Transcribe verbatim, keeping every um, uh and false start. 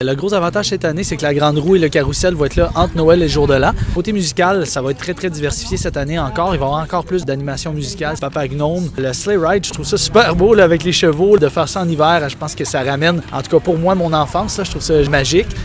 Le gros avantage cette année, c'est que la Grande Roue et le Carrousel vont être là entre Noël et le jour de l'an. Côté musical, ça va être très très diversifié cette année encore. Il va y avoir encore plus d'animation musicale. Papa Gnome, le Sleigh Ride, je trouve ça super beau là, avec les chevaux. De faire ça en hiver, je pense que ça ramène, en tout cas pour moi, mon enfance. Là, je trouve ça magique.